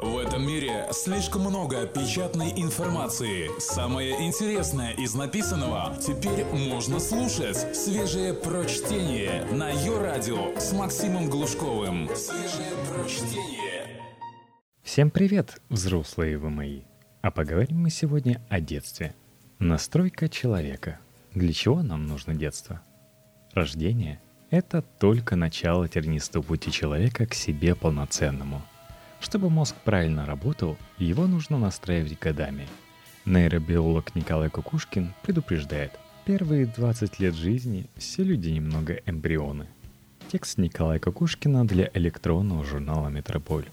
В этом мире слишком много печатной информации. Самое интересное из написанного теперь можно слушать. Свежее прочтение на Йо-Радио с Максимом Глушковым. Свежее прочтение. Всем привет, взрослые вы мои. А поговорим мы сегодня о детстве. Настройка человека. Для чего нам нужно детство? Рождение – это только начало тернистого пути человека к себе полноценному. Чтобы мозг правильно работал, его нужно настраивать годами. Нейробиолог Николай Кукушкин предупреждает: первые 20 лет жизни все люди немного эмбрионы. Текст Николая Кукушкина для электронного журнала «Метрополь».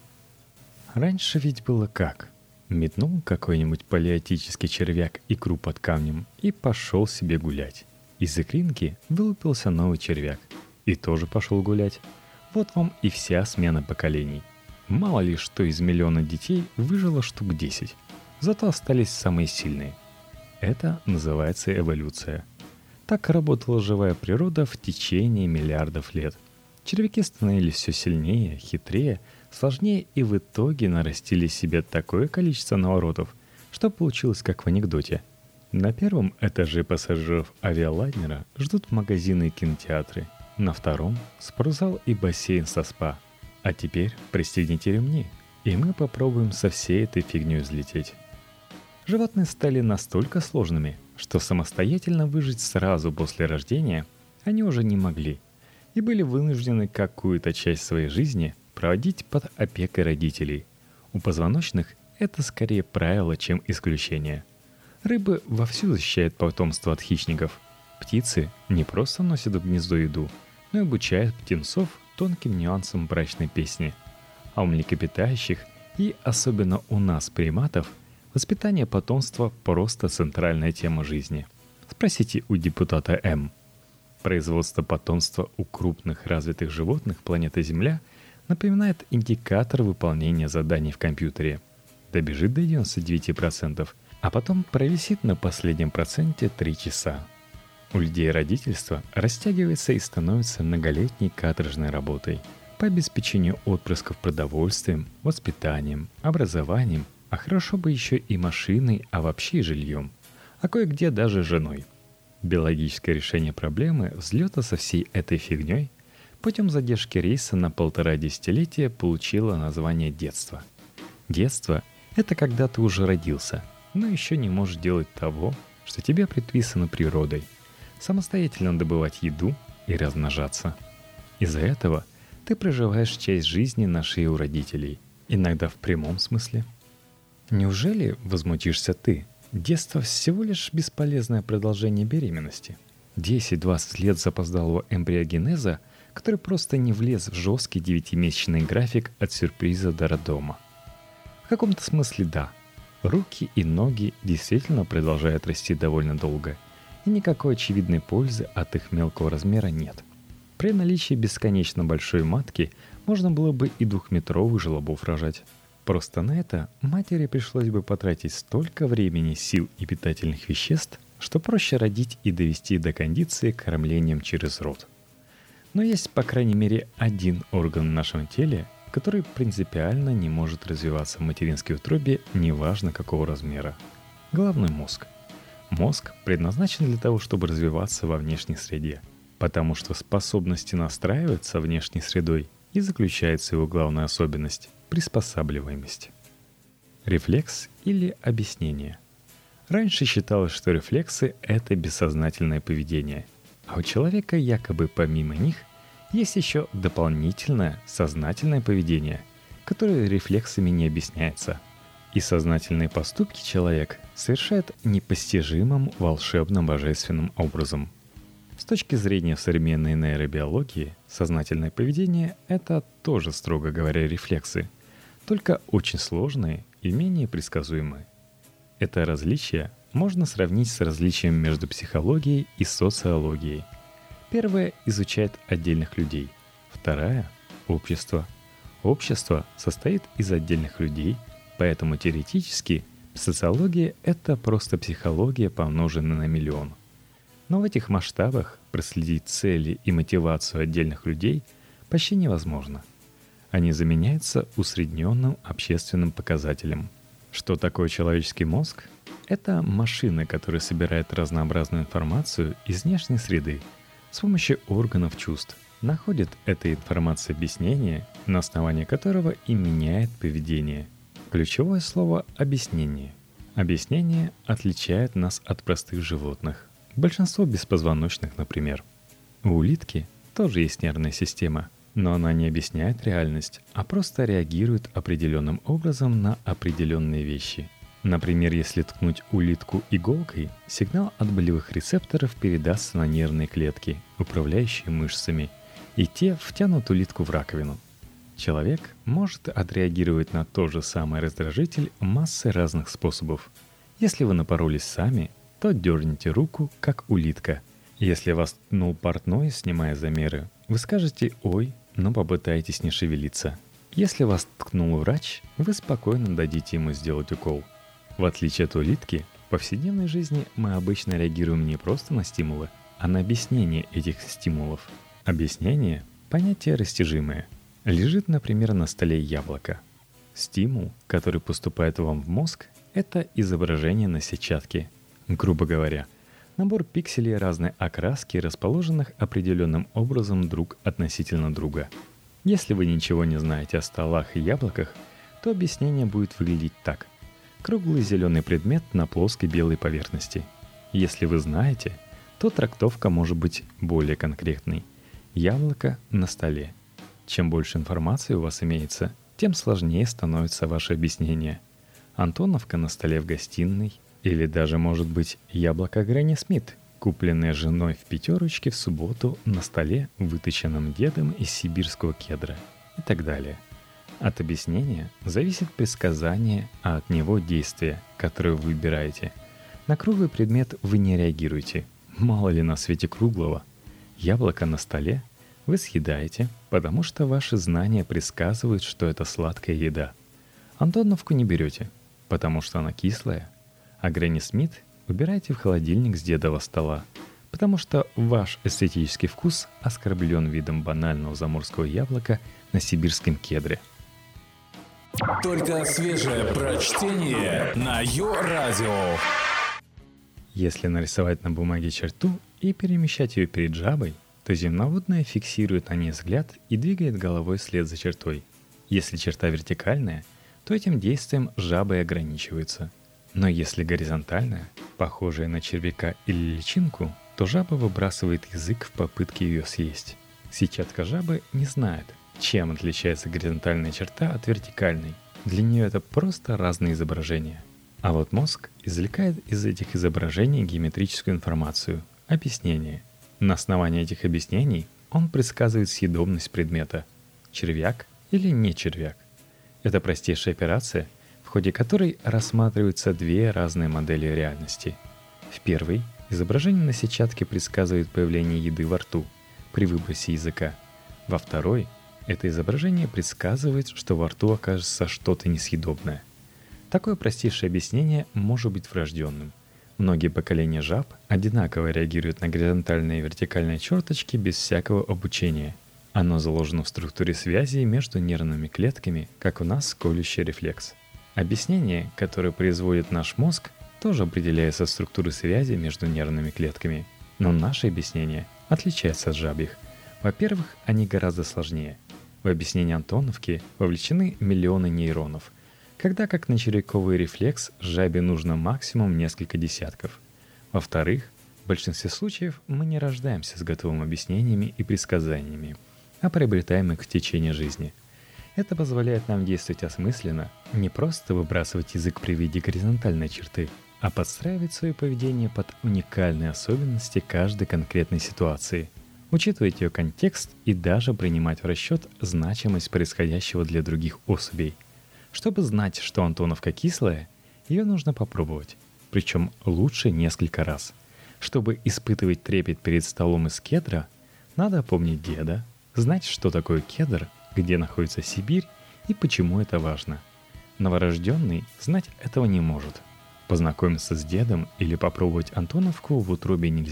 Раньше ведь было как? Метнул какой-нибудь палеотический червяк икру под камнем и пошел себе гулять. Из икринки вылупился новый червяк и тоже пошел гулять. Вот вам и вся смена поколений. Мало ли, что из миллиона детей выжило штук 10. Зато остались самые сильные. Это называется эволюция. Так работала живая природа в течение миллиардов лет. Червяки становились все сильнее, хитрее, сложнее и в итоге нарастили себе такое количество наворотов, что получилось как в анекдоте. На первом этаже пассажиров авиалайнера ждут магазины и кинотеатры. На втором – спортзал и бассейн со спа. А теперь пристегните ремни, и мы попробуем со всей этой фигней взлететь. Животные стали настолько сложными, что самостоятельно выжить сразу после рождения они уже не могли и были вынуждены какую-то часть своей жизни проводить под опекой родителей. У позвоночных это скорее правило, чем исключение. Рыбы вовсю защищают потомство от хищников. Птицы не просто носят в гнездо еду, но и обучают птенцов тонким нюансам брачной песни. А у млекопитающих и особенно у нас, приматов, воспитание потомства просто центральная тема жизни. Спросите у депутата М. Производство потомства у крупных развитых животных планеты Земля напоминает индикатор выполнения заданий в компьютере. Добежит до 99%, а потом провисит на последнем проценте 3 часа. У людей родительство растягивается и становится многолетней каторжной работой по обеспечению отпрысков продовольствием, воспитанием, образованием, а хорошо бы еще и машиной, а вообще и жильем, а кое-где даже женой. Биологическое решение проблемы взлета со всей этой фигней путем задержки рейса на 1,5 десятилетия получило название детство. Детство – это когда ты уже родился, но еще не можешь делать того, что тебе предписано природой – самостоятельно добывать еду и размножаться. Из-за этого ты проживаешь часть жизни на шее у родителей, иногда в прямом смысле. Неужели, возмутишься ты, детство всего лишь бесполезное продолжение беременности? 10-20 лет запоздалого эмбриогенеза, который просто не влез в жесткий 9-месячный график от сюрприза до роддома. В каком-то смысле да, руки и ноги действительно продолжают расти довольно долго, и никакой очевидной пользы от их мелкого размера нет. При наличии бесконечно большой матки можно было бы и 2-метровых желобов рожать. Просто на это матери пришлось бы потратить столько времени, сил и питательных веществ, что проще родить и довести до кондиции кормлением через рот. Но есть, по крайней мере, один орган в нашем теле, который принципиально не может развиваться в материнской утробе, неважно какого размера. Головной мозг. Мозг предназначен для того, чтобы развиваться во внешней среде, потому что способность настраиваться внешней средой и заключается его главная особенность – приспосабливаемость. Рефлекс или объяснение. Раньше считалось, что рефлексы – это бессознательное поведение, а у человека якобы помимо них есть еще дополнительное сознательное поведение, которое рефлексами не объясняется. И сознательные поступки человек совершает непостижимым волшебным божественным образом. С точки зрения современной нейробиологии, сознательное поведение – это тоже, строго говоря, рефлексы, только очень сложные и менее предсказуемые. Это различие можно сравнить с различием между психологией и социологией. Первая изучает отдельных людей, вторая – общество. Общество состоит из отдельных людей, поэтому теоретически социология – это просто психология, помноженная на миллион. Но в этих масштабах проследить цели и мотивацию отдельных людей почти невозможно. Они заменяются усредненным общественным показателем. Что такое человеческий мозг? Это машина, которая собирает разнообразную информацию из внешней среды с помощью органов чувств, находит этой информации объяснение, на основании которого и меняет поведение. Ключевое слово «объяснение». Объяснение отличает нас от простых животных. Большинство беспозвоночных, например. У улитки тоже есть нервная система, но она не объясняет реальность, а просто реагирует определенным образом на определенные вещи. Например, если ткнуть улитку иголкой, сигнал от болевых рецепторов передастся на нервные клетки, управляющие мышцами, и те втянут улитку в раковину. Человек может отреагировать на тот же самый раздражитель массой разных способов. Если вы напоролись сами, то дерните руку, как улитка. Если вас ткнул портной, снимая замеры, вы скажете «Ой», но попытаетесь не шевелиться. Если вас ткнул врач, вы спокойно дадите ему сделать укол. В отличие от улитки, в повседневной жизни мы обычно реагируем не просто на стимулы, а на объяснение этих стимулов. Объяснение – понятие растяжимое. Лежит, например, на столе яблоко. Стимул, который поступает вам в мозг, это изображение на сетчатке. Грубо говоря, набор пикселей разной окраски, расположенных определенным образом друг относительно друга. Если вы ничего не знаете о столах и яблоках, то объяснение будет выглядеть так. Круглый зеленый предмет на плоской белой поверхности. Если вы знаете, то трактовка может быть более конкретной. Яблоко на столе. Чем больше информации у вас имеется, тем сложнее становится ваше объяснение. Антоновка на столе в гостиной, или даже, может быть, яблоко Гренни Смит, купленное женой в пятерочке в субботу на столе, выточенном дедом из сибирского кедра, и так далее. От объяснения зависит предсказание, а от него действие, которое вы выбираете. На круглый предмет вы не реагируете. Мало ли на свете круглого. Яблоко на столе вы съедаете, потому что ваши знания предсказывают, что это сладкая еда. Антоновку не берете, потому что она кислая. А Гренни Смит убираете в холодильник с дедова стола, потому что ваш эстетический вкус оскорблен видом банального заморского яблока на сибирском кедре. Только свежее прочтение на Йо-Радио. Если нарисовать на бумаге черту и перемещать ее перед жабой, то земноводная фиксирует на ней взгляд и двигает головой вслед за чертой. Если черта вертикальная, то этим действием жаба и ограничивается. Но если горизонтальная, похожая на червяка или личинку, то жаба выбрасывает язык в попытке ее съесть. Сетчатка жабы не знает, чем отличается горизонтальная черта от вертикальной. Для нее это просто разные изображения. А вот мозг извлекает из этих изображений геометрическую информацию, объяснение. На основании этих объяснений он предсказывает съедобность предмета – червяк или не червяк. Это простейшая операция, в ходе которой рассматриваются две разные модели реальности. В первой изображение на сетчатке предсказывает появление еды во рту при выбросе языка. Во второй это изображение предсказывает, что во рту окажется что-то несъедобное. Такое простейшее объяснение может быть врожденным. Многие поколения жаб одинаково реагируют на горизонтальные и вертикальные черточки без всякого обучения. Оно заложено в структуре связи между нервными клетками, как у нас колющий рефлекс. Объяснение, которое производит наш мозг, тоже определяется структурой связи между нервными клетками. Но наше объяснение отличается от жабьих. Во-первых, они гораздо сложнее. В объяснение Антоновки вовлечены миллионы нейронов, когда как на червяковый рефлекс жабе нужно максимум несколько десятков. Во-вторых, в большинстве случаев мы не рождаемся с готовыми объяснениями и предсказаниями, а приобретаем их в течение жизни. Это позволяет нам действовать осмысленно, не просто выбрасывать язык при виде горизонтальной черты, а подстраивать свое поведение под уникальные особенности каждой конкретной ситуации, учитывать ее контекст и даже принимать в расчет значимость происходящего для других особей. Чтобы знать, что Антоновка кислая, ее нужно попробовать, причем лучше несколько раз. Чтобы испытывать трепет перед столом из кедра, надо помнить деда, знать, что такое кедр, где находится Сибирь и почему это важно. Новорожденный знать этого не может. Познакомиться с дедом или попробовать Антоновку в утробе нельзя.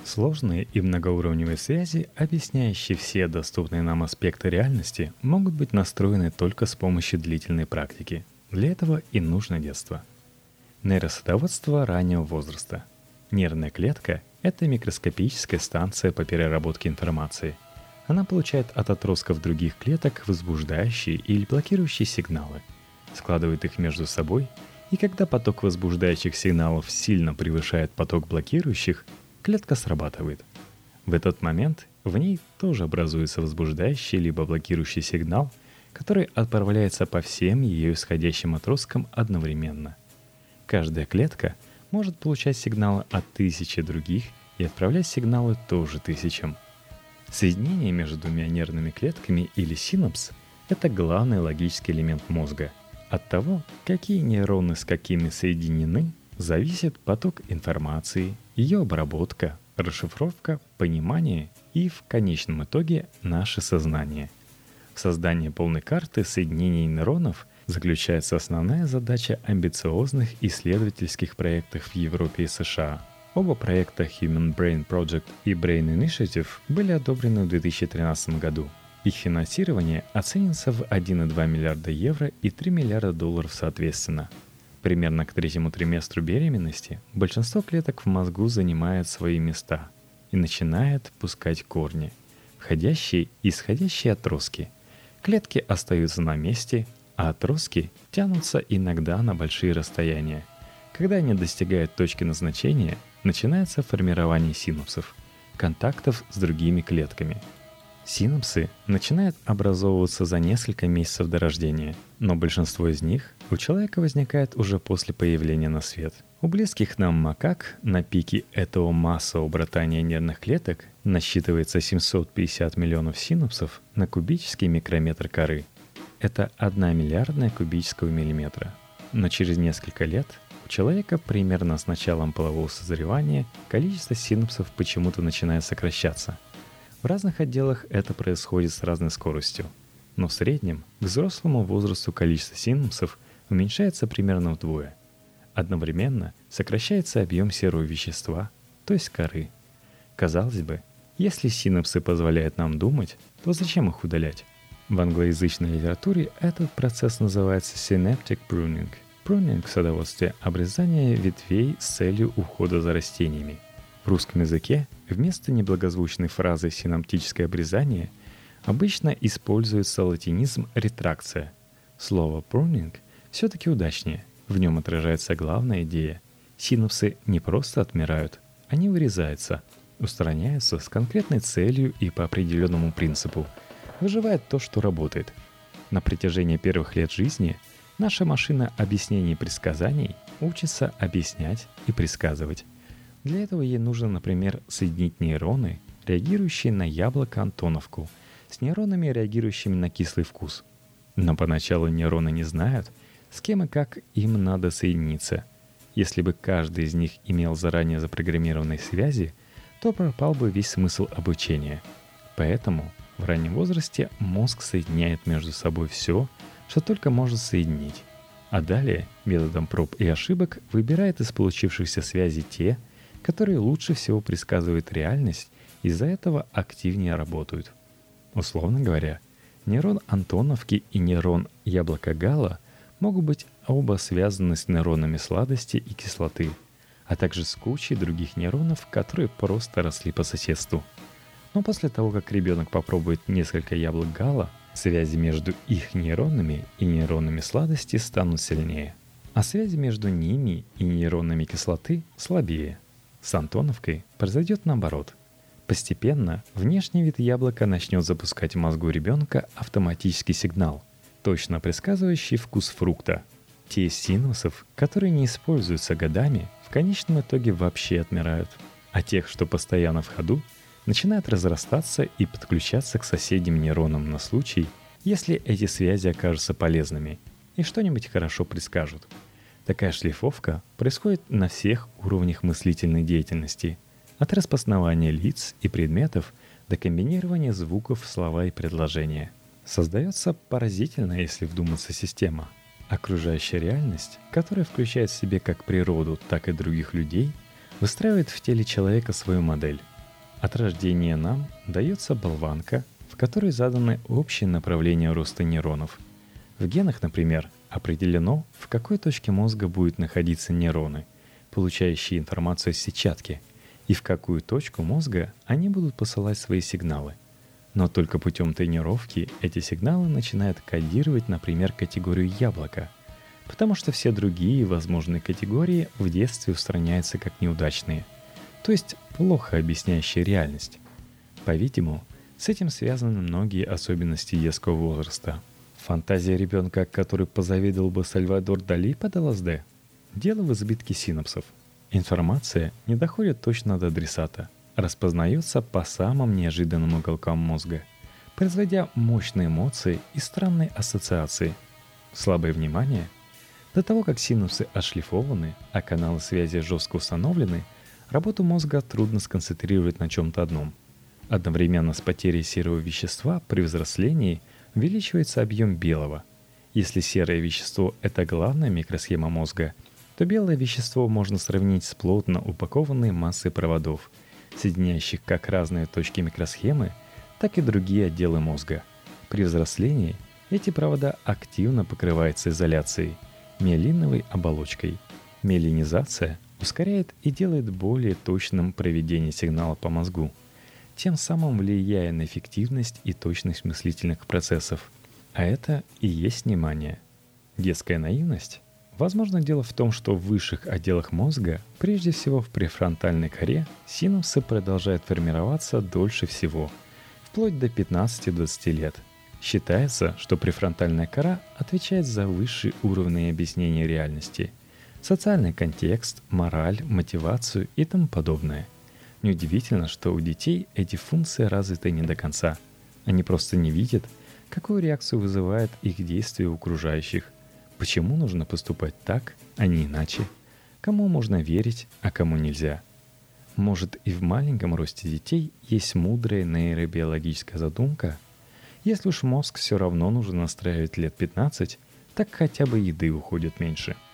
Сложные и многоуровневые связи, объясняющие все доступные нам аспекты реальности, могут быть настроены только с помощью длительной практики. Для этого и нужно детство. Нейросадоводство раннего возраста. Нервная клетка – это микроскопическая станция по переработке информации. Она получает от отростков других клеток возбуждающие или блокирующие сигналы, складывает их между собой, и когда поток возбуждающих сигналов сильно превышает поток блокирующих, клетка срабатывает. В этот момент в ней тоже образуется возбуждающий либо блокирующий сигнал, который отправляется по всем ее исходящим отросткам одновременно. Каждая клетка может получать сигналы от тысячи других и отправлять сигналы тоже тысячам. Соединение между двумя нервными клетками или синапс – это главный логический элемент мозга. От того, какие нейроны с какими соединены, зависит поток информации, ее обработка, расшифровка, понимание и, в конечном итоге, наше сознание. В создании полной карты соединений нейронов заключается основная задача амбициозных исследовательских проектов в Европе и США. Оба проекта Human Brain Project и Brain Initiative были одобрены в 2013 году. Их финансирование оценится в 1,2 миллиарда евро и 3 миллиарда долларов соответственно. Примерно к третьему триместру беременности большинство клеток в мозгу занимает свои места и начинает пускать корни, входящие и исходящие отростки. Клетки остаются на месте, а отростки тянутся иногда на большие расстояния. Когда они достигают точки назначения, начинается формирование синапсов, контактов с другими клетками. Синапсы начинают образовываться за несколько месяцев до рождения, но большинство из них у человека возникает уже после появления на свет. У близких нам макак на пике этого массового братания нервных клеток насчитывается 750 миллионов синапсов на кубический микрометр коры. Это 1 миллиардная кубического миллиметра. Но через несколько лет у человека примерно с началом полового созревания количество синапсов почему-то начинает сокращаться. В разных отделах это происходит с разной скоростью, но в среднем к взрослому возрасту количество синапсов уменьшается примерно вдвое. Одновременно сокращается объем серого вещества, то есть коры. Казалось бы, если синапсы позволяют нам думать, то зачем их удалять? В англоязычной литературе этот процесс называется synaptic pruning. Pruning в садоводстве – обрезание ветвей с целью ухода за растениями. В русском языке вместо неблагозвучной фразы «синаптическое обрезание» обычно используется латинизм «ретракция». Слово «pruning» все-таки удачнее. В нем отражается главная идея. Синапсы не просто отмирают, они вырезаются, устраняются с конкретной целью и по определенному принципу. Выживает то, что работает. На протяжении первых лет жизни наша машина объяснений и предсказаний учится объяснять и предсказывать. Для этого ей нужно, например, соединить нейроны, реагирующие на яблоко-антоновку, с нейронами, реагирующими на кислый вкус. Но поначалу нейроны не знают, с кем и как им надо соединиться. Если бы каждый из них имел заранее запрограммированные связи, то пропал бы весь смысл обучения. Поэтому в раннем возрасте мозг соединяет между собой все, что только может соединить. А далее методом проб и ошибок выбирает из получившихся связей те, которые лучше всего предсказывают реальность и из-за этого активнее работают. Условно говоря, нейрон Антоновки и нейрон яблока Гала могут быть оба связаны с нейронами сладости и кислоты, а также с кучей других нейронов, которые просто росли по соседству. Но после того, как ребенок попробует несколько яблок Гала, связи между их нейронами и нейронами сладости станут сильнее, а связи между ними и нейронами кислоты слабее. С Антоновкой произойдет наоборот. Постепенно внешний вид яблока начнет запускать в мозгу ребенка автоматический сигнал, точно предсказывающий вкус фрукта. Те из синапсов, которые не используются годами, в конечном итоге вообще отмирают, а тех, что постоянно в ходу, начинают разрастаться и подключаться к соседним нейронам на случай, если эти связи окажутся полезными и что-нибудь хорошо предскажут. Такая шлифовка происходит на всех уровнях мыслительной деятельности, от распознавания лиц и предметов до комбинирования звуков в слова и предложения. Создается поразительная, если вдуматься, система. Окружающая реальность, которая включает в себе как природу, так и других людей, выстраивает в теле человека свою модель. От рождения нам дается болванка, в которой заданы общие направления роста нейронов. В генах, например, определено, в какой точке мозга будут находиться нейроны, получающие информацию с сетчатки, и в какую точку мозга они будут посылать свои сигналы. Но только путем тренировки эти сигналы начинают кодировать, например, категорию яблоко, потому что все другие возможные категории в детстве устраняются как неудачные, то есть плохо объясняющие реальность. По-видимому, с этим связаны многие особенности детского возраста. Фантазия ребенка, который позавидовал бы Сальвадор Дали под ЛСД. Дело в избытке синапсов. Информация не доходит точно до адресата, распознается по самым неожиданным уголкам мозга, производя мощные эмоции и странные ассоциации. Слабое внимание. До того, как синапсы отшлифованы, а каналы связи жестко установлены, работу мозга трудно сконцентрировать на чем-то одном. Одновременно с потерей серого вещества при взрослении увеличивается объем белого. Если серое вещество – это главная микросхема мозга, то белое вещество можно сравнить с плотно упакованной массой проводов, соединяющих как разные точки микросхемы, так и другие отделы мозга. При взрослении эти провода активно покрываются изоляцией, миелиновой оболочкой. Миелинизация ускоряет и делает более точным проведение сигнала по мозгу, тем самым влияя на эффективность и точность мыслительных процессов. А это и есть внимание. Детская наивность? Возможно, дело в том, что в высших отделах мозга, прежде всего в префронтальной коре, синапсы продолжают формироваться дольше всего, вплоть до 15-20 лет. Считается, что префронтальная кора отвечает за высшие уровни объяснения реальности, социальный контекст, мораль, мотивацию и тому подобное. Неудивительно, что у детей эти функции развиты не до конца. Они просто не видят, какую реакцию вызывает их действие у окружающих, почему нужно поступать так, а не иначе, кому можно верить, а кому нельзя. Может, и в маленьком росте детей есть мудрая нейробиологическая задумка? Если уж мозг все равно нужно настраивать лет 15, так хотя бы еды уходит меньше –